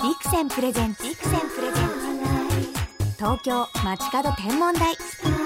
ビクセンプレゼンツ東京街角天文台。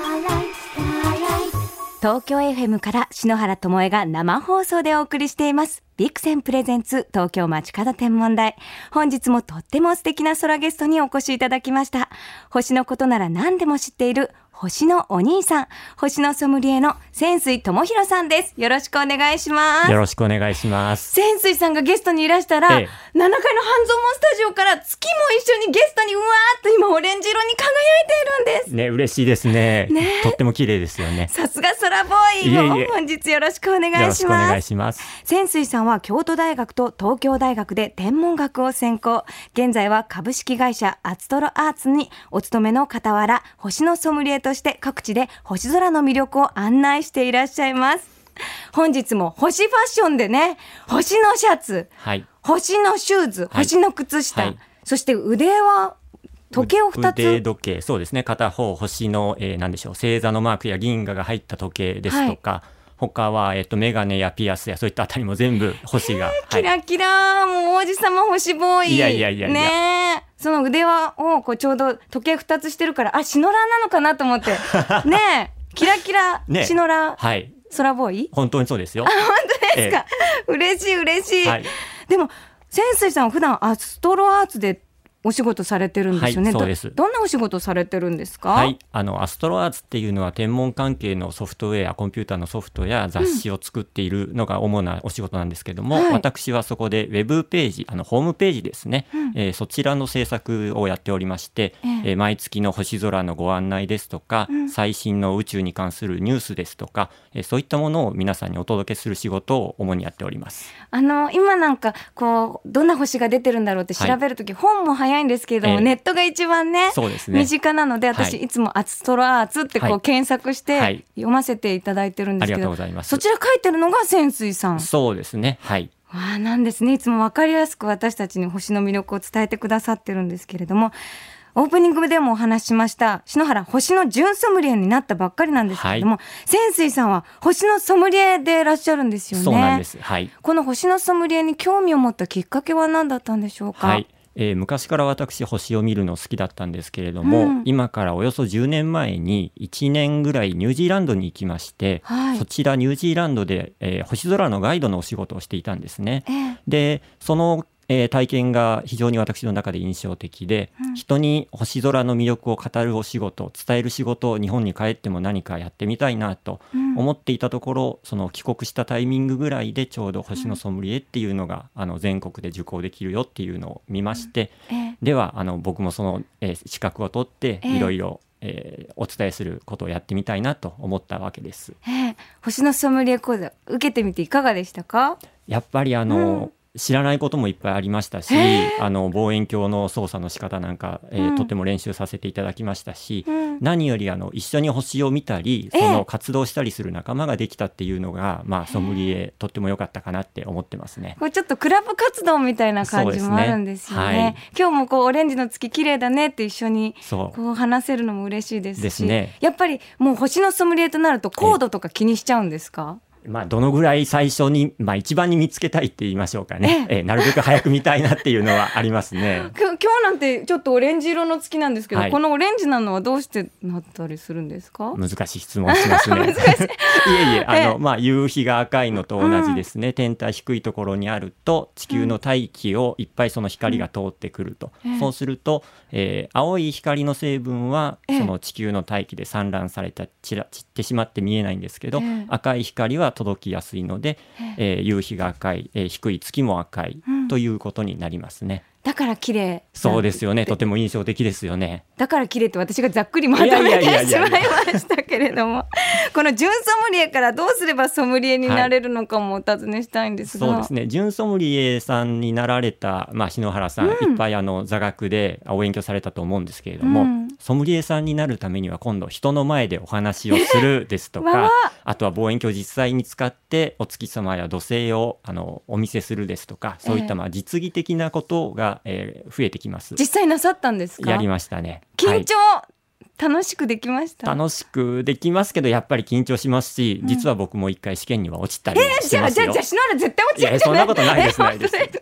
東京 FM から篠原智恵が生放送でお送りしていますビクセンプレゼンツ東京街角天文台。本日もとっても素敵な空ゲストにお越しいただきました。星のことなら何でも知っている星のお兄さん、星のソムリエの泉水智弘さんです。よろしくお願いします。 よろしくお願いします。 泉水さんがゲストにいらしたら、7階の半蔵門スタジオから月も一緒にゲストにうわーっと今オレンジ色に輝いているんですね。嬉しいですね。とっても綺麗ですよね。 さすが空ボーイ。もう本日よろしくお願いします。 よろしくお願いします。 泉水さんは京都大学と東京大学で天文学を専攻。現在は株式会社アストロアーツにお勤めの傍ら、星のソムリエとして各地で星空の魅力を案内していらっしゃいます。本日も星ファッションでね、星のシャツ、はい、星のシューズ、星の靴下、はい、そして腕は時計を2つ。 腕時計、そうですね。片方星の、何でしょう、星座のマークや銀河が入った時計ですとか、はい、他は、メガネやピアスやそういったあたりも全部星が、 キラキラ、もう王子様星ボーイ。 いやね、その腕輪をこうちょうど時計2つしてるから、シノラーなのかなと思ってね、キラキラ、ね、シノラー、はい、空ボーイ。 本当にそうですよ。 本当ですか、嬉しい、はい、でも泉水さんは普段アストロアーツでお仕事されてるんですよね。 はい、そうです。 どんなお仕事されてるんですか？ はい、アストロアーツっていうのは天文関係のソフトウェア、コンピューターのソフトや雑誌を作っているのが主なお仕事なんですけども、私はそこでウェブページ、ホームページですね、そちらの制作をやっておりまして、毎月の星空のご案内ですとか、最新の宇宙に関するニュースですとか、そういったものを皆さんにお届けする仕事を主にやっております。 今なんかこうどんな星が出てるんだろうって調べるとき、本も早いんですけれども、ネットが一番ね、 そうですね、 身近なので、私、いつもアストロアーツってこう検索して読ませていただいてるんですけど、 ありがとうございます。 そちら書いてるのが泉水さん。 そうですね、はい。 なんですね。いつも分かりやすく私たちに星の魅力を伝えてくださってるんですけれども、オープニングでもお話ししました篠原、星の準ソムリエになったばっかりなんですけれども、泉水さんは星のソムリエでいらっしゃるんですよね。 そうなんです、はい。 この星のソムリエに興味を持ったきっかけは何だったんでしょうか？ はい、昔から私星を見るの好きだったんですけれども、今からおよそ10年前に1年ぐらいニュージーランドに行きまして、そちらニュージーランドで、星空のガイドのお仕事をしていたんですね。でその体験が非常に私の中で印象的で、人に星空の魅力を語るお仕事、伝える仕事を日本に帰っても何かやってみたいなと思っていたところ、その帰国したタイミングぐらいでちょうど星のソムリエっていうのが全国で受講できるよっていうのを見まして、では僕もその資格を取っていろいろお伝えすることをやってみたいなと思ったわけです。 星のソムリエ講座受けてみていかがでしたか？ やっぱり知らないこともいっぱいありましたし、望遠鏡の操作の仕方なんか、とても練習させていただきましたし、何より一緒に星を見たり、その活動したりする仲間ができたっていうのが、ソムリエとっても良かったかなって思ってますね。 これちょっとクラブ活動みたいな感じもあるんですよね。今日もこうオレンジの月綺麗だねって一緒にこう話せるのも嬉しいですし、やっぱりもう星のソムリエとなると高度とか気にしちゃうんですか？ どのぐらい最初に、一番に見つけたいって言いましょうかね、なるべく早く見たいなっていうのはありますね。 今日なんてちょっとオレンジ色の月なんですけど、このオレンジなのはどうしてなったりするんですか？ 難しい質問しますね。難しいいえ夕日が赤いのと同じですね。天体低いところにあると地球の大気をいっぱいその光が通ってくると、そうすると、青い光の成分はその地球の大気で散乱された散ってしまって見えないんですけど、赤い光は届きやすいので、夕日が赤い、低い月も赤い、ということになりますね。 だから綺麗。 そうですよね。とても印象的ですよね。 だから綺麗って私がざっくりまとめてしまいましたけれども、この準ソムリエからどうすればソムリエになれるのかもお尋ねしたいんですが、 そうですね。準ソムリエさんになられた、篠原さん、いっぱい座学でお勉強されたと思うんですけれども、ソムリエさんになるためには今度人の前でお話をするですとかあとは望遠鏡を実際に使ってお月様や土星をお見せするですとか、そういった実技的なことが、増えてきます。 実際なさったんですか？ やりましたね。 緊張、 楽しくできました？ 楽しくできますけどやっぱり緊張しますし、実は僕も一回試験には落ちたりしてますよ。 じゃあ篠原絶対落ちるんじゃない？ そんなことないですないです。はい、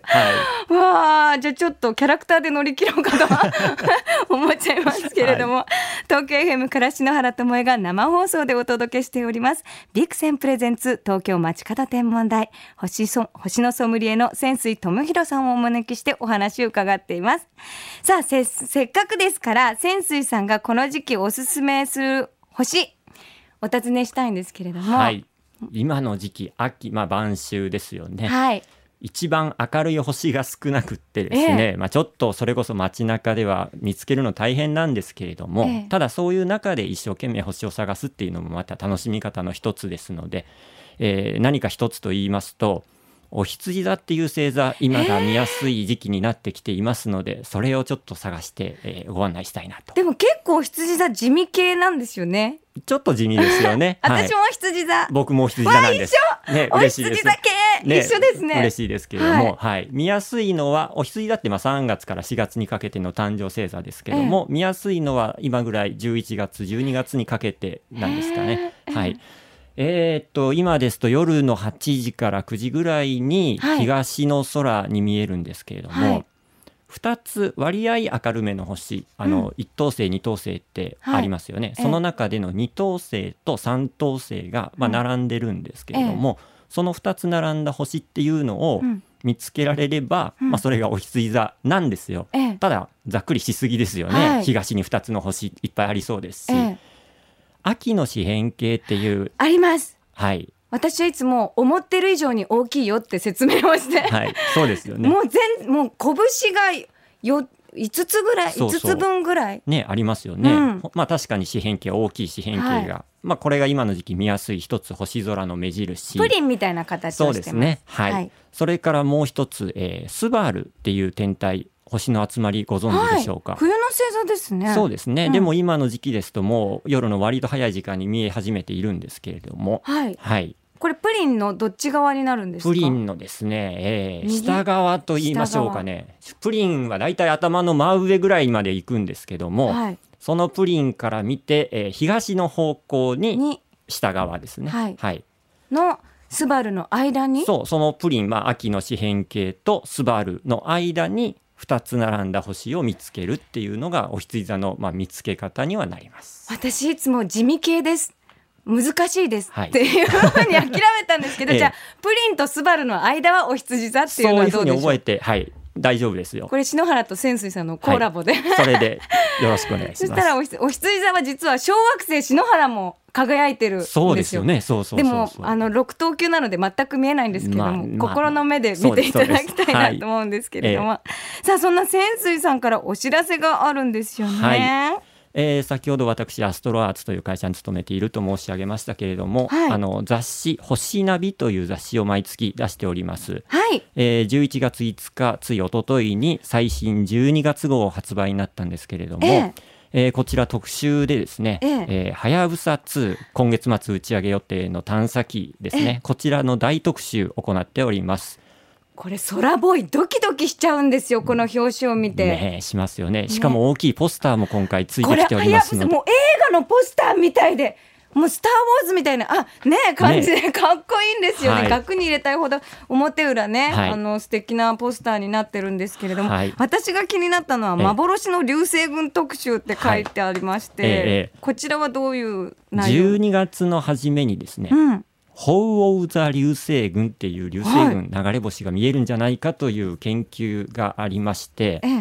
わあ、じゃあちょっとキャラクターで乗り切ろうかとは思っちゃいますけれども、はい、東京 FM から篠原智恵が生放送でお届けしておりますビクセンプレゼンツ東京街角天文台、星のソムリエの泉水智弘さんをお招きしてお話を伺っています。さあ せっかくですから泉水さんがこの時期おすすめする星お尋ねしたいんですけれども、 はい、今の時期秋、晩秋ですよね。 はい、 一番明るい星が少なくってですね、ちょっとそれこそ街中では見つけるの大変なんですけれども、ただそういう中で一生懸命星を探すっていうのもまた楽しみ方の一つですので、何か一つと言いますとお羊座っていう星座、今が見やすい時期になってきていますので、それをちょっと探して、ご案内したいなと。 でも結構羊座地味系なんですよね。 ちょっと地味ですよね。 私も羊座、 僕も羊座なんです。嬉しいです。 お羊座系、一緒ですね。 嬉しいですけれども、見やすいのはお羊座って3月から4月にかけての誕生星座ですけども、見やすいのは今ぐらい11月12月にかけてなんですかね。はい。今ですと夜の8時から9時ぐらいに東の空に見えるんですけれども、2つ割合明るめの星、1等星2等星ってありますよね。その中での2等星と3等星が並んでるんですけれども、その2つ並んだ星っていうのを見つけられれば、それがお羊座なんですよ。ただざっくりしすぎですよね。東に2つの星いっぱいありそうですし、秋の四辺形っていうあります。 はい、 私はいつも思ってる以上に大きいよって説明をして、 はい、そうですよね。 もう拳が5つぐらい、5つ分ぐらいね、ありますよね。確かに四辺形、大きい四辺形が、これが今の時期見やすい一つ星空の目印、 プリンみたいな形をしてます。 そうですね。はい。それからもう一つ、スバルっていう天体、星の集まりご存知でしょうか？ 冬の星座ですね。 そうですね。でも今の時期ですともう夜の割と早い時間に見え始めているんですけれども、はい。 これプリンのどっち側になるんですか？ プリンのですね、下側と言いましょうかね。プリンはだいたい頭の真上ぐらいまで行くんですけども、そのプリンから見て、東の方向に下側ですね。 のスバルの間に、 そのプリン、秋の四辺形とスバルの間に2つ並んだ星を見つけるっていうのがお羊座の、見つけ方にはなります。 私いつも地味系です、難しいですっていうふうに諦めたんですけど、じゃあプリンとスバルの間はお羊座っていうのはどうでしょう？ そういうふうに覚えて、大丈夫ですよ。 これ篠原と泉水さんのコラボで、 それでよろしくお願いします。 そしたらお羊座は実は小惑星篠原も輝いてるんですよ。 そうですよね。 でも6等級なので全く見えないんですけども、心の目で見ていただきたいなと思うんですけれども、さあそんな泉水さんからお知らせがあるんですよね。 先ほど私アストロアーツという会社に勤めていると申し上げましたけれども、雑誌星ナビという雑誌を毎月出しております。11月5日ついおとといに最新12月号発売になったんですけれども、こちら特集でですね、はやぶさ2今月末打ち上げ予定の探査機ですね、こちらの大特集を行っております。 これ空ボーイドキドキしちゃうんですよ、この表紙を見て。 しますよね。しかも大きいポスターも今回ついてきておりますので、 もう映画のポスターみたいで、もうスターウォーズみたいな感じでかっこいいんですよね。額に入れたいほど表裏ね、素敵なポスターになってるんですけれども、私が気になったのは幻の流星群特集って書いてありまして、こちらはどういう内容 ？12月の初めにですね、ホウオウザ流星群っていう流星群、流れ星が見えるんじゃないかという研究がありまして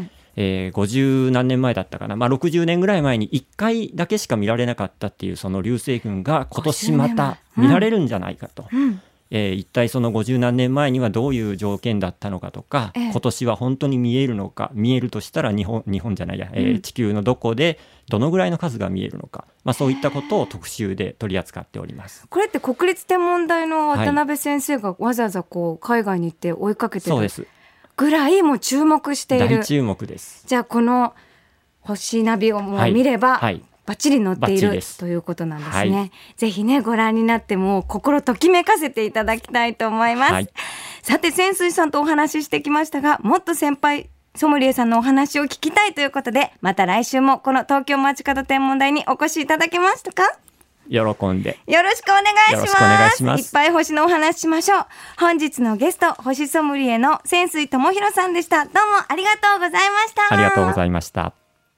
、50何年前だったかな、60年ぐらい前に1回だけしか見られなかったっていうその流星群が今年また見られるんじゃないかと、一体その50何年前にはどういう条件だったのかとか、今年は本当に見えるのか、見えるとしたら日本じゃないや、地球のどこでどのぐらいの数が見えるのか、そういったことを特集で取り扱っております。 これって国立天文台の渡辺先生がわざわざ海外に行って追いかけてるぐらいもう注目している。 大注目です。 じゃあこの星ナビをもう見れば、バッチリ載っているということなんですね。ぜひねご覧になっても心ときめかせていただきたいと思います。さて泉水さんとお話ししてきましたが、もっと先ソムリエさんのお話を聞きたいということで、また来週もこの東京街角天文台にお越しいただけましたか？ 喜んでよろしくお願いします。 よろしくお願いします。 いっぱい星のお話しましょう。本日のゲスト、星ソムリエの泉水智弘さんでした。どうもありがとうございました。 ありがとうございました。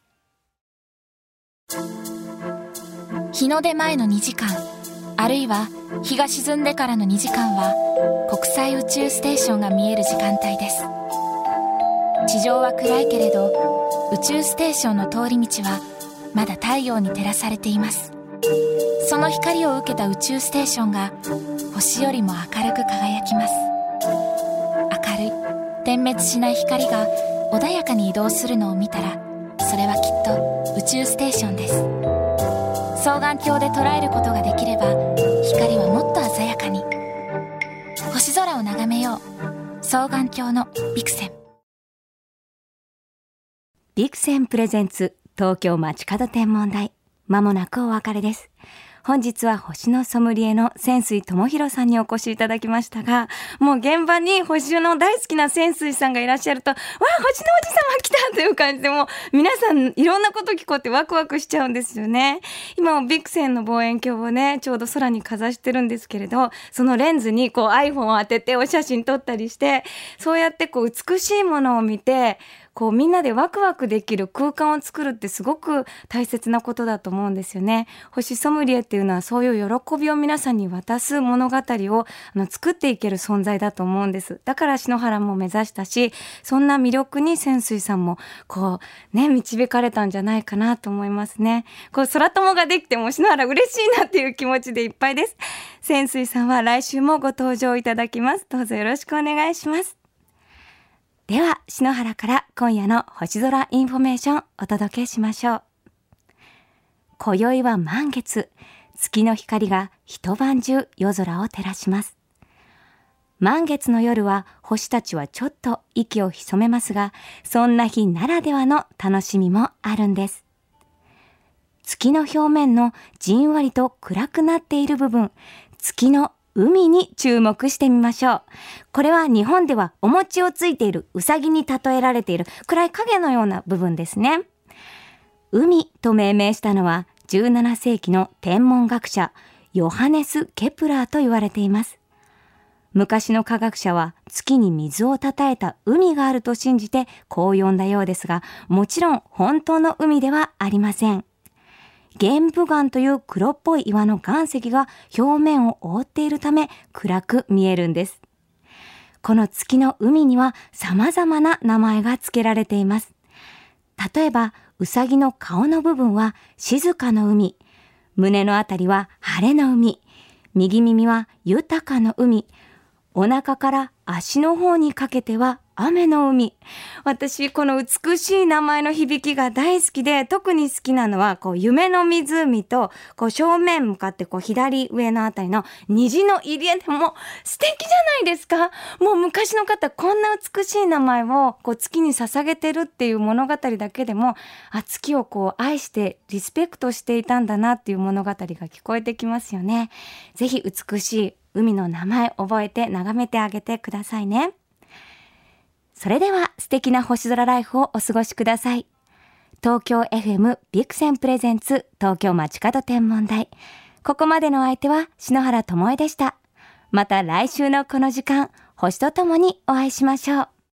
日の出前の2時間、あるいは日が沈んでからの2時間は国際宇宙ステーションが見える時間帯です。地上は暗いけれど、宇宙ステーションの通り道はまだ太陽に照らされています。その光を受けた宇宙ステーションが星よりも明るく輝きます。明るい点滅しない光が穏やかに移動するのを見たら、それはきっと宇宙ステーションです。双眼鏡で捉えることができれば、光はもっと鮮やかに。星空を眺めよう。双眼鏡のビクセン。 ビクセンプレゼンツ東京街角天文台、まもなくお別れです。本日は星のソムリエの泉水智弘さんにお越しいただきましたが、もう現場に星の大好きな泉水さんがいらっしゃると、わあ星のおじさま来たという感じで、もう皆さんいろんなこと聞こえてワクワクしちゃうんですよね。今もビクセンの望遠鏡をね、ちょうど空にかざしてるんですけれど、そのレンズにこう iPhone を当ててお写真撮ったりして、そうやってこう美しいものを見て、こうみんなでワクワクできる空間を作るってすごく大切なことだと思うんですよね。星ソムリエっていうのはそういう喜びを皆さんに渡す物語を作っていける存在だと思うんです。だから篠原も目指したし、そんな魅力に泉水さんもこうね導かれたんじゃないかなと思いますね。こう空友ができても篠原嬉しいなっていう気持ちでいっぱいです。泉水さんは来週もご登場いただきます。どうぞよろしくお願いします。では篠原から今夜の星空インフォメーションお届けしましょう。今宵は満月、月の光が一晩中夜空を照らします。満月の夜は星たちはちょっと息を潜めますが、そんな日ならではの楽しみもあるんです。月の表面のじんわりと暗くなっている部分、月の海に注目してみましょう。これは日本ではお餅をついているウサギに例えられている暗い影のような部分ですね。海と命名したのは17世紀の天文学者ヨハネス・ケプラーと言われています。昔の科学者は月に水をたたえた海があると信じてこう呼んだようですが、もちろん本当の海ではありません。玄武岩という黒っぽい岩の岩石が表面を覆っているため暗く見えるんです。この月の海には様々な名前が付けられています。例えばウサギの顔の部分は静かの海、胸のあたりは晴れの海、右耳は豊かの海、お腹から足の方にかけては雨の海。私この美しい名前の響きが大好きで、特に好きなのはこう夢の湖とこう正面向かってこう左上のあたりの虹の入り江でも素敵じゃないですか。もう昔の方こんな美しい名前をこう月に捧げてるっていう物語だけでも、月をこう愛してリスペクトしていたんだなっていう物語が聞こえてきますよね。ぜひ美しい海の名前覚えて眺めてあげてくださいね。それでは素敵な星空ライフをお過ごしください。東京 FM ビクセンプレゼンツ東京街角天文台。ここまでの相手は篠原ともえでした。また来週のこの時間、星とともにお会いしましょう。